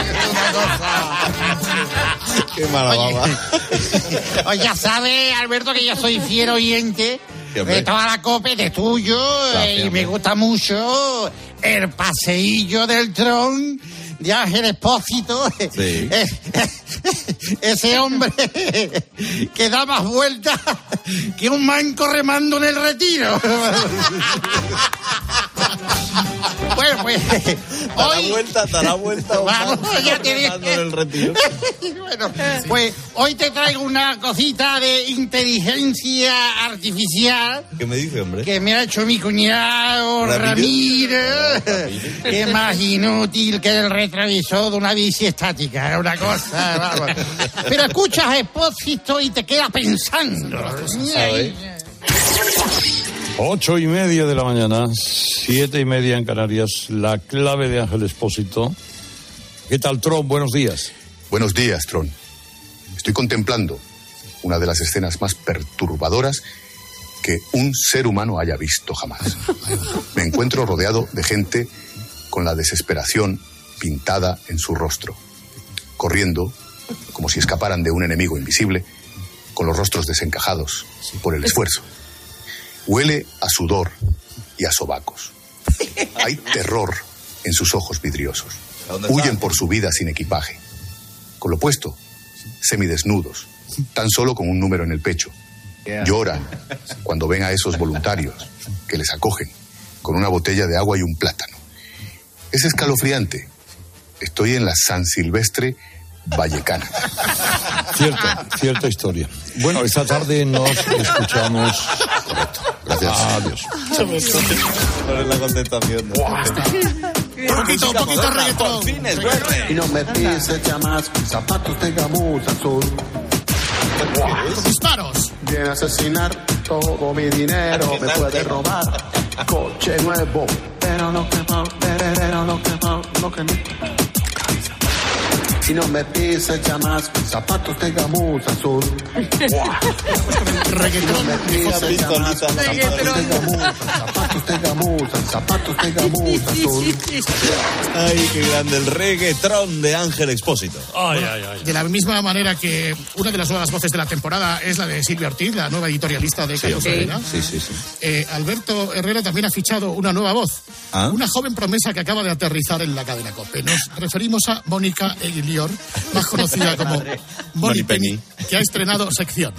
qué mala baba. Oye, ya sabes, Alberto, que yo soy fiero oyente de toda la COPE, de tuyo, y me gusta mucho el paseillo del Tron de Ángel Expósito. Sí. Ese hombre que da más vueltas que un manco remando en el Retiro. Bueno, pues dará vuelta vamos, ya te digo. En el Retiro. Bueno, pues hoy te traigo una cosita de inteligencia artificial. ¿Qué me dice, hombre? Que me ha hecho mi cuñado Ramiro. Que más inútil que el retrovisor de una bici estática. Es una cosa, vamos. Pero escuchas Expósito y te quedas pensando. 8:30 de la mañana, 7:30 en Canarias, la clave de Ángel Expósito. ¿Qué tal, Tron? Buenos días. Buenos días, Tron. Estoy contemplando una de las escenas más perturbadoras que un ser humano haya visto jamás. Me encuentro rodeado de gente con la desesperación pintada en su rostro, corriendo como si escaparan de un enemigo invisible, con los rostros desencajados por el esfuerzo. Huele a sudor y a sobacos. Hay terror en sus ojos vidriosos. Huyen por su vida sin equipaje. Con lo puesto, semidesnudos, tan solo con un número en el pecho. Lloran cuando ven a esos voluntarios que les acogen con una botella de agua y un plátano. Es escalofriante. Estoy en la San Silvestre vallecana. Cierta historia. Bueno, esta tarde nos escuchamos. Correcto. Gracias. Adiós. ¿Cuál es la contestación? Poquito reggaetón. Y no me pises ya más con zapatos de gamuza azul. Disparos. Viene a asesinar todo mi dinero, me puede robar coche nuevo, pero lo que no. Y no me pises ya más con zapatos de gamuza azul. Reggaetón. Zapatos de gamuza azul. Ay, qué grande el reggaetón de Ángel Expósito. De la misma manera que una de las nuevas voces de la temporada es la de Silvia Ortiz, la nueva editorialista de Cayo Serena. Sí. Alberto Herrera también ha fichado una nueva voz. ¿Ah? Una joven promesa que acaba de aterrizar en la cadena COPE. Nos referimos a Mónica Eguilior, más conocida como Moni Penny, que ha estrenado sección.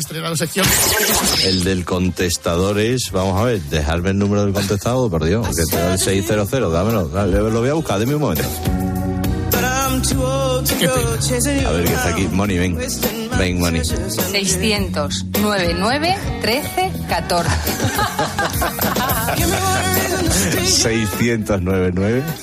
El del contestador es, vamos a ver, dejarme el número del contestador, por Dios, que te da el 600, dámelo, lo voy a buscar, deme un momento. A ver, que está aquí, Moni, ven, Moni. 600-99-13-14. 699.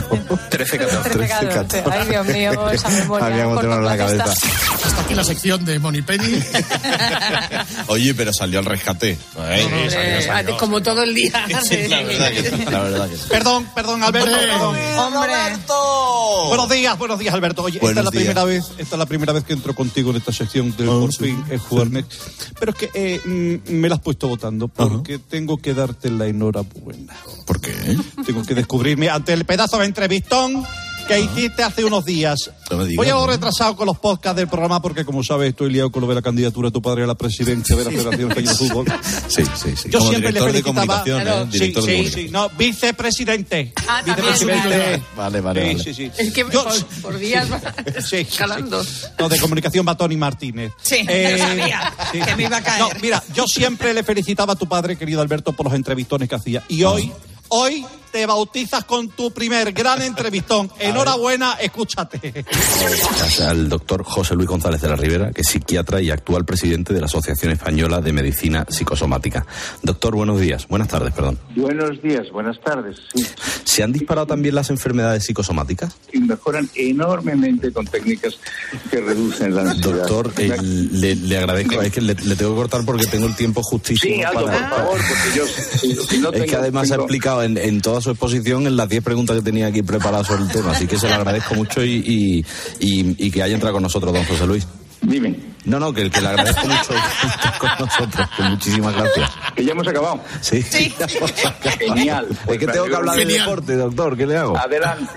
13-14. Ay, Dios mío, esa memoria. Habíamos tenido en la cabeza. Hasta aquí la sección de Moni Penny. Oye, pero salió al rescate. Salió. Como todo el día. Sí, la verdad que sí. Perdón, Alberto. Hombre. Buenos días, Alberto. Oye, esta es la primera vez que entro contigo en esta sección del Por fin es jueves. Pero es que me la has puesto votando porque tengo que darte la enhorabuena. ¿Por qué? Tengo que descubrirme ante el pedazo de entrevistón que hiciste hace unos días. No me digas, voy algo retrasado con los podcasts del programa porque, como sabes, estoy liado con lo de la candidatura de tu padre a la presidencia de la Federación Española de Fútbol. Sí. Yo como siempre le felicitaba. Director de comunicación. Sí. No, vicepresidente. También. Vale. Sí. Es que por días va escalando. No, de comunicación va Tony Martínez. Sí, yo sabía que me iba a caer. No, mira, yo siempre le felicitaba a tu padre, querido Alberto, por los entrevistones que hacía. Y hoy te bautizas con tu primer gran entrevistón. Enhorabuena, escúchate. Al doctor José Luis González de la Ribera, que es psiquiatra y actual presidente de la Asociación Española de Medicina Psicosomática. Doctor, buenas tardes, perdón. Buenos días, buenas tardes, sí. ¿Se han disparado también las enfermedades psicosomáticas? Y mejoran enormemente con técnicas que reducen la ansiedad. Doctor, le agradezco, es que le tengo que cortar porque tengo el tiempo justísimo. Sí, Aldo, por favor, porque yo si no tengo, es que además ha explicado en toda su exposición en las 10 preguntas que tenía aquí preparadas sobre el tema, así que se lo agradezco mucho y que haya entrado con nosotros, don José Luis. Dime. No, que le agradezco mucho con nosotros, que muchísimas gracias. Que ya hemos acabado. Sí. Genial. Es que tengo que hablar de deporte, doctor, ¿qué le hago? Adelante.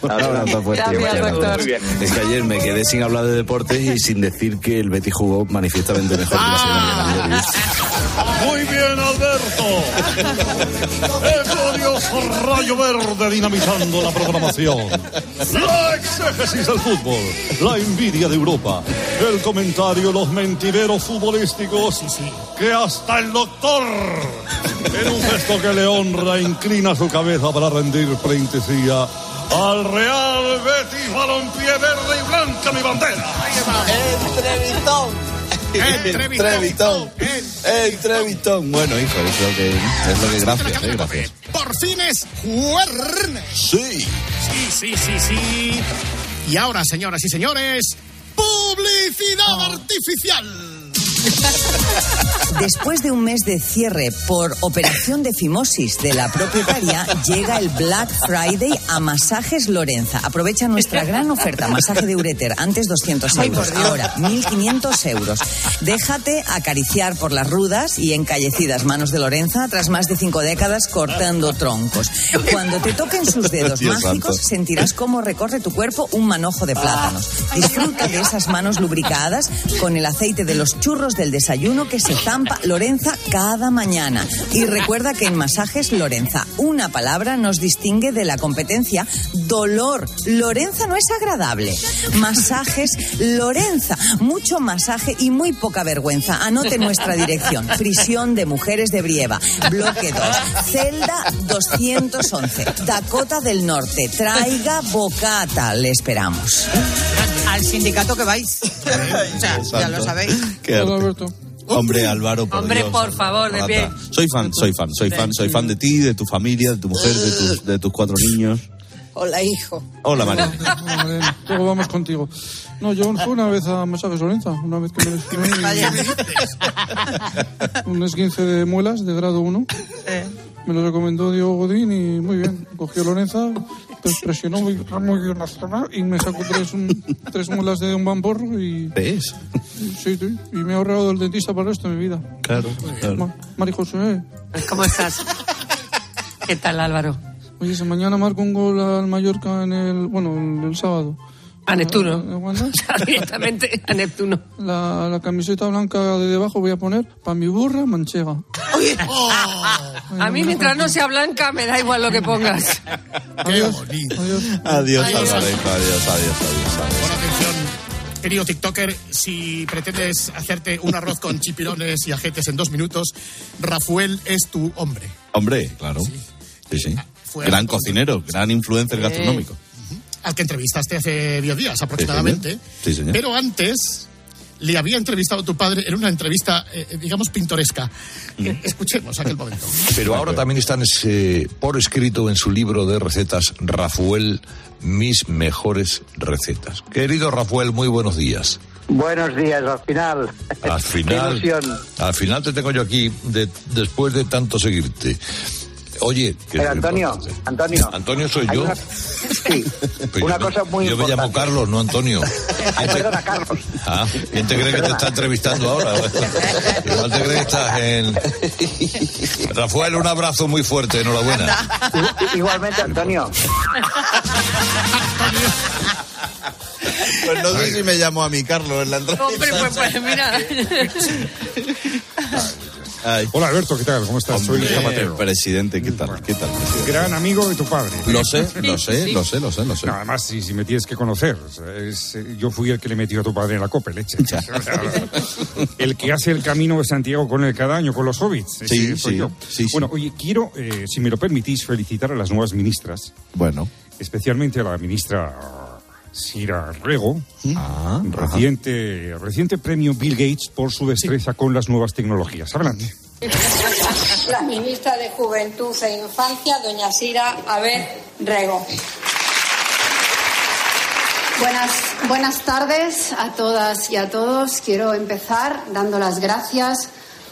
Muy bien. Es que ayer me quedé sin hablar de deportes y sin decir que el Betis jugó manifiestamente mejor que la semana. Muy bien, Alberto. El glorioso rayo verde dinamizando la programación. La exégesis del fútbol. La envidia de Europa. El comentario, los mentideros futbolísticos. Que hasta el doctor, en un gesto que le honra, inclina su cabeza para rendir pleitesía al Real Betis Balompié verde y blanca, mi bandera. Entrevistón. Bueno, hijo, es lo que gracias. Por fin es jueves. Sí. Y ahora, señoras y señores, publicidad artificial. Después de un mes de cierre por operación de fimosis de la propietaria, llega el Black Friday a Masajes Lorenza. Aprovecha nuestra gran oferta. Masaje de uréter, antes 200 euros, ahora 1.500 euros. Déjate acariciar por las rudas y encallecidas manos de Lorenza tras más de 5 décadas cortando troncos. Cuando te toquen sus dedos mágicos, sentirás cómo recorre tu cuerpo un manojo de plátanos. Disfruta de esas manos lubricadas con el aceite de los churros del desayuno que se zampa Lorenza cada mañana. Y recuerda que en Masajes Lorenza una palabra nos distingue de la competencia: dolor. Lorenza no es agradable. Masajes Lorenza, mucho masaje y muy poca vergüenza. Anote nuestra dirección: Prisión de Mujeres de Brieva, bloque 2, celda 211, Dakota del Norte. Traiga bocata, le esperamos. Al sindicato que vais. O sea, ya lo sabéis. Hombre, Álvaro, Dios, por favor, de pie. Soy fan de ti, de tu familia, de tu mujer, de tus 4 niños. Hola, hijo. Hola, María. Luego vamos contigo. No, yo fui una vez a Masajes Lorenza, una vez que me lesioné un esguince de muelas de grado 1. Me lo recomendó Diego Godín y muy bien. Cogió Lorenza, pues presionó muy bien la zona y me sacó tres muelas de un bamborro y... ¿Ves? Sí, y me he ahorrado del dentista para el resto de mi vida. Claro. María José. ¿Cómo estás? ¿Qué tal, Álvaro? Oye, si mañana marco un gol al Mallorca el sábado. A Neptuno. O sea, directamente a Neptuno. La camiseta blanca de debajo voy a poner para mi burra manchega. Oye, a mí mientras no sea blanca me da igual lo que pongas. Qué bonito. Adiós, Álvaro. Adiós. Buena atención, querido TikToker. Si pretendes hacerte un arroz con chipirones y ajetes en 2 minutos, Rafael es tu hombre. Hombre, claro. Sí. Gran cocinero, gran influencer gastronómico. Al que entrevistaste hace 10 días aproximadamente. Sí, señor. Pero antes le había entrevistado a tu padre en una entrevista, digamos, pintoresca. Escuchemos aquel momento. Pero ahora también están por escrito en su libro de recetas, Rafael, mis mejores recetas. Querido Rafael, muy buenos días. Buenos días, al final. Al final te tengo yo aquí, después de tanto seguirte. Oye, pero Antonio soy yo. Sí, una cosa muy yo importante. Me llamo Carlos, no Antonio. Perdona, Carlos. ¿Quién te cree que te está entrevistando ahora? Igual te cree que estás en... Rafael, un abrazo muy fuerte, enhorabuena. Igualmente, Antonio. Pues no sé si me llamo a mí Carlos en la entrevista. Hombre, pues mira. Ay. Hola Alberto, ¿qué tal? ¿Cómo estás? Hombre, soy Zapatero. Presidente, ¿qué tal? Gran amigo de tu padre. Lo sé. No, además, si me tienes que conocer, yo fui el que le metió a tu padre en la copa, leche. El que hace el camino de Santiago con él cada año, con los hobbits. Sí. Bueno, oye, quiero, si me lo permitís, felicitar a las nuevas ministras. Bueno. Especialmente a la ministra Sira Rego, reciente premio Bill Gates por su destreza con las nuevas tecnologías. Adelante. La ministra de Juventud e Infancia, doña Sira Abed Rego. Buenas tardes a todas y a todos. Quiero empezar dando las gracias.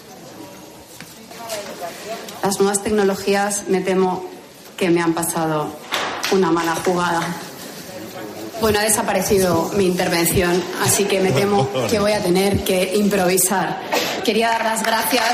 Las nuevas tecnologías, me temo que me han pasado una mala jugada. Bueno, ha desaparecido mi intervención, así que me temo que voy a tener que improvisar. Quería dar las gracias.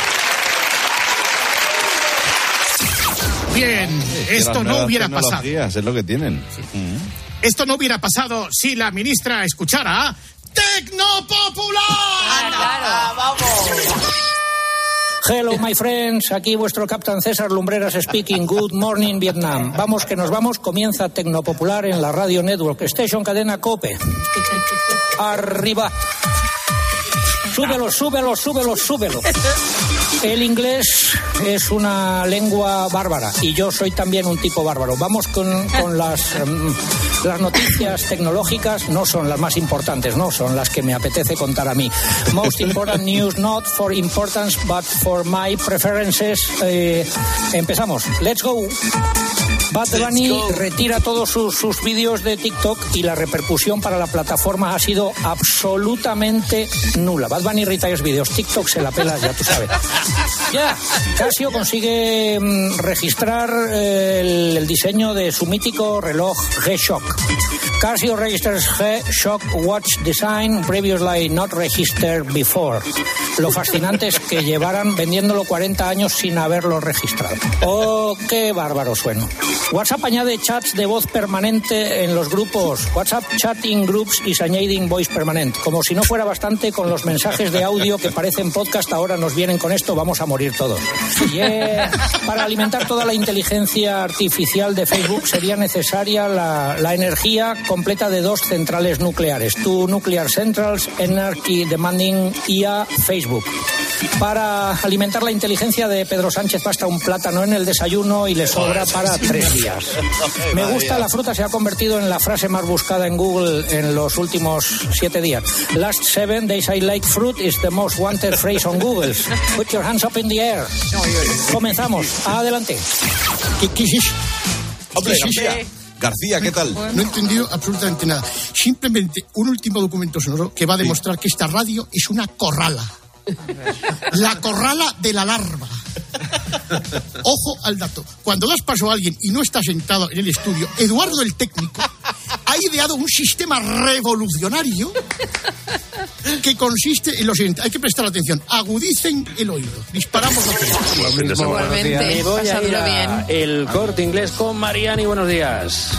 Bien, esto no hubiera pasado. Es lo que tienen. Esto no hubiera pasado si la ministra escuchara Tecnopopular. ¡Claro! ¡Vamos! Hello, my friends. Aquí vuestro Captain César Lumbreras speaking. Good morning, Vietnam. Vamos que nos vamos. Comienza Tecnopopular en la Radio Network Station Cadena Cope. Arriba. Súbelo. El inglés es una lengua bárbara y yo soy también un tipo bárbaro. Vamos con las noticias tecnológicas. No son las más importantes, no son las que me apetece contar a mí. Most important news, not for importance, but for my preferences. Empezamos. Let's go. Bad Bunny retira todos sus vídeos de TikTok y la repercusión para la plataforma ha sido absolutamente nula. Bad Bunny retires vídeos, TikTok se la pela, ya tú sabes. Ya, Casio consigue registrar el diseño de su mítico reloj G-Shock. Casio registers G-Shock watch design previously not registered before. Lo fascinante es que llevaran vendiéndolo 40 años sin haberlo registrado. ¡Oh, qué bárbaro sueno! WhatsApp añade chats de voz permanente en los grupos. WhatsApp chatting groups is añading voice permanent. Como si no fuera bastante con los mensajes de audio que parecen podcast, ahora nos vienen con esto, vamos a morir todos. Yeah. Para alimentar toda la inteligencia artificial de Facebook sería necesaria la energía completa de 2 centrales nucleares. 2 nuclear centrals energy demanding IA Facebook. Para alimentar la inteligencia de Pedro Sánchez basta un plátano en el desayuno y le sobra para 3 días. Me gusta la fruta se ha convertido en la frase más buscada en Google en los últimos 7 días. Last 7 days I like fruit is the most wanted phrase on Google. Put your hands up in the air. Comenzamos. Adelante. Hombre, García, ¿qué tal? No he entendido absolutamente nada. Simplemente un último documento sonoro que va a demostrar que esta radio es una corrala. La corrala de la larva. Ojo al dato. Cuando das paso a alguien y no está sentado en el estudio, Eduardo el técnico ha ideado un sistema revolucionario que consiste en lo siguiente. Hay que prestar atención. Agudicen el oído. Disparamos la pelota. Me voy a ir a El Corte Inglés con Mariani. Buenos días.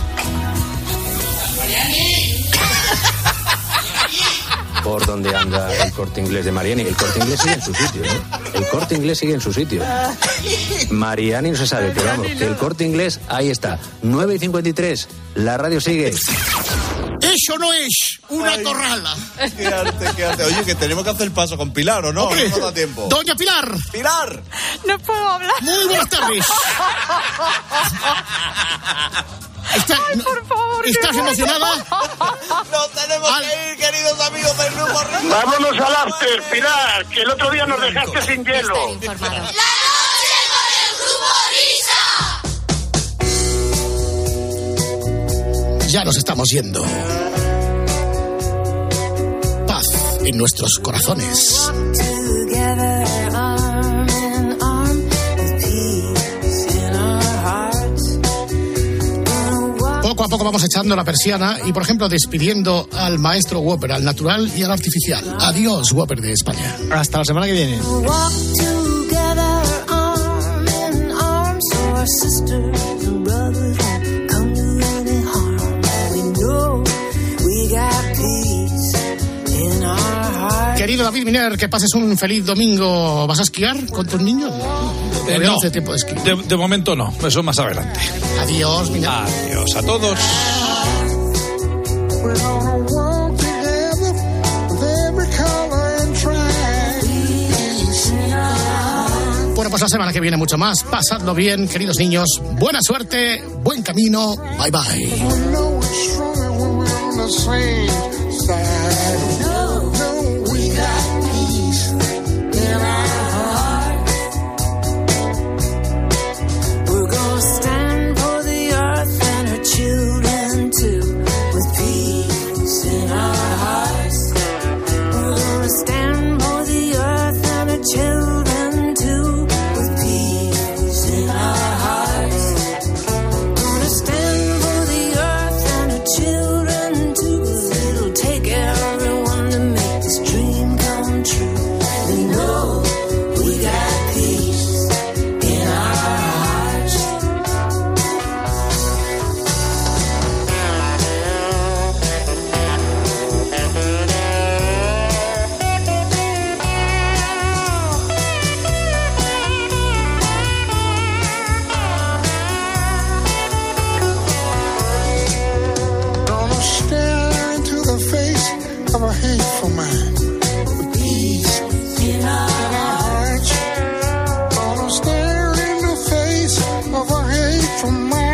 ¿Por dónde anda el Corte Inglés de Mariani? El Corte Inglés sigue en su sitio, ¿no? El Corte Inglés sigue en su sitio. Mariani no se sabe, pero vamos, que el Corte Inglés, ahí está. 9:53, la radio sigue. Eso no es una corrala. Qué arte. Oye, que tenemos que hacer el paso con Pilar, ¿o no? Hombre, no nos da tiempo. Doña Pilar. Pilar. No puedo hablar. Muy buenas tardes. Por favor. ¿Estás emocionada? Nos tenemos que ir, queridos amigos del Grupo Risa. Vámonos al after, Pilar, que el otro día nos dejaste sin hielo. La noche con el Grupo Risa. Ya nos estamos yendo. Paz en nuestros corazones. Poco a poco vamos echando la persiana y, por ejemplo, despidiendo al maestro Whopper, al natural y al artificial. Adiós, Whopper de España. Hasta la semana que viene. Querido David Miner, que pases un feliz domingo. ¿Vas a esquiar con tus niños? No, hace tiempo de esquí. De momento no, eso más adelante. Adiós, Miner. Adiós a todos. Bueno, pues la semana que viene mucho más. Pasadlo bien, queridos niños. Buena suerte, buen camino. Bye, bye. From my